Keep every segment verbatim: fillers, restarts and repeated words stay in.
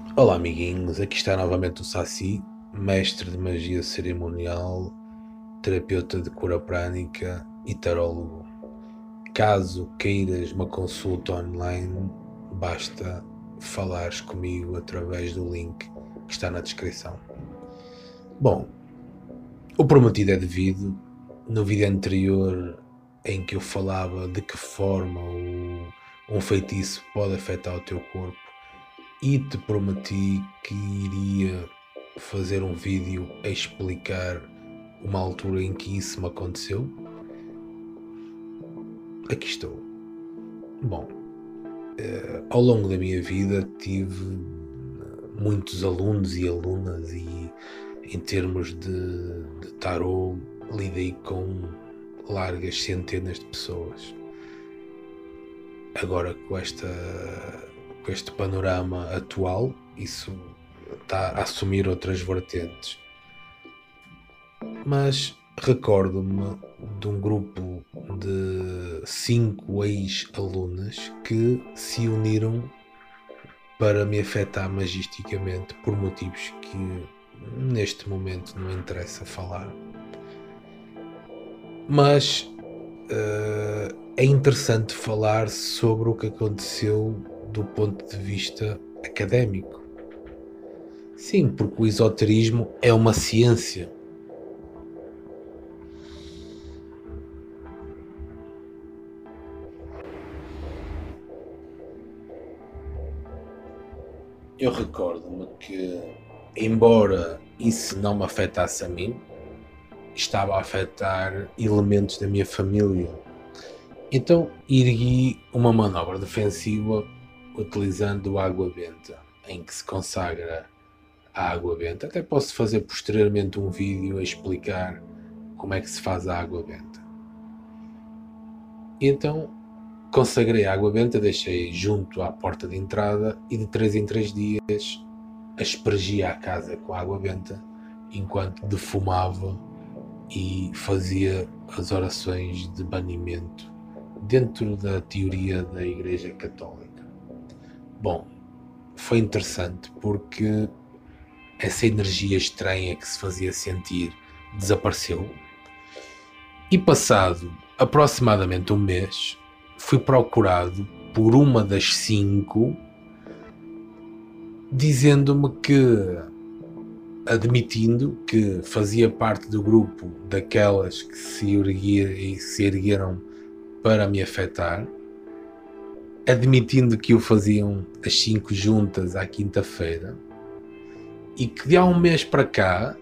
Olá amiguinhos, aqui está novamente o Saci, mestre de magia cerimonial, terapeuta de cura prânica e tarólogo. Caso queiras uma consulta online, basta falares comigo através do link que está na descrição. Bom, o prometido é devido. No vídeo anterior em que eu falava de que forma o, um feitiço pode afetar o teu corpo, e te prometi que iria fazer um vídeo a explicar uma altura em que isso me aconteceu. Aqui estou. Bom, eh, ao longo da minha vida tive muitos alunos e alunas, e em termos de, de tarô lidei com largas centenas de pessoas. Agora com esta com este panorama atual, isso está a assumir outras vertentes. Mas recordo-me de um grupo de cinco ex-alunas que se uniram para me afetar magisticamente por motivos que neste momento não interessa falar. Mas uh, é interessante falar sobre o que aconteceu do ponto de vista académico. Sim, porque o esoterismo é uma ciência. Eu recordo-me que, embora isso não me afetasse a mim, estava a afetar elementos da minha família. Então ergui uma manobra defensiva utilizando a água benta, em que se consagra a água benta. Até posso fazer posteriormente um vídeo a explicar como é que se faz a água benta. Então consagrei a água benta, deixei junto à porta de entrada e de três em três dias aspergia a casa com água benta enquanto defumava e fazia as orações de banimento dentro da teoria da Igreja Católica. Bom, foi interessante porque essa energia estranha que se fazia sentir desapareceu, e passado aproximadamente um mês fui procurado por uma das cinco dizendo-me que, admitindo que fazia parte do grupo daquelas que se, erguia, e se ergueram para me afetar, admitindo que o faziam as cinco juntas à quinta-feira, e que de há um mês para cá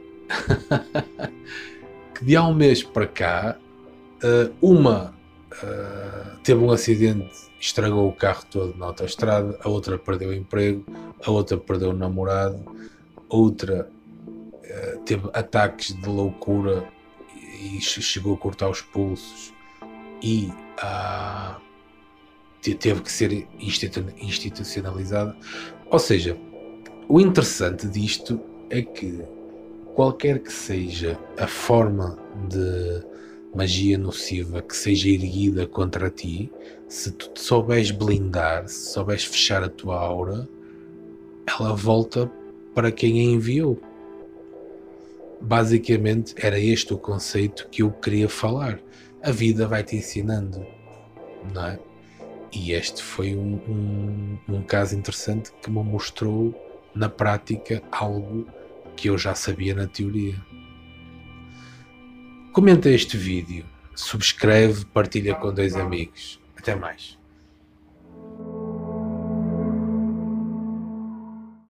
que de há um mês para cá uma uh, teve um acidente, estragou o carro todo na autoestrada, a outra perdeu o emprego, a outra perdeu o namorado, outra uh, teve ataques de loucura e chegou a cortar os pulsos e uh, teve que ser institucionalizada. Ou seja, o interessante disto é que qualquer que seja a forma de magia nociva que seja erguida contra ti, se tu te souberes blindar, se souberes fechar a tua aura, ela volta para quem a enviou. Basicamente era este o conceito que eu queria falar. A vida vai te ensinando, não é? E este foi um, um, um caso interessante que me mostrou na prática algo que eu já sabia na teoria. Comenta este vídeo, subscreve, partilha com dois amigos. Até mais.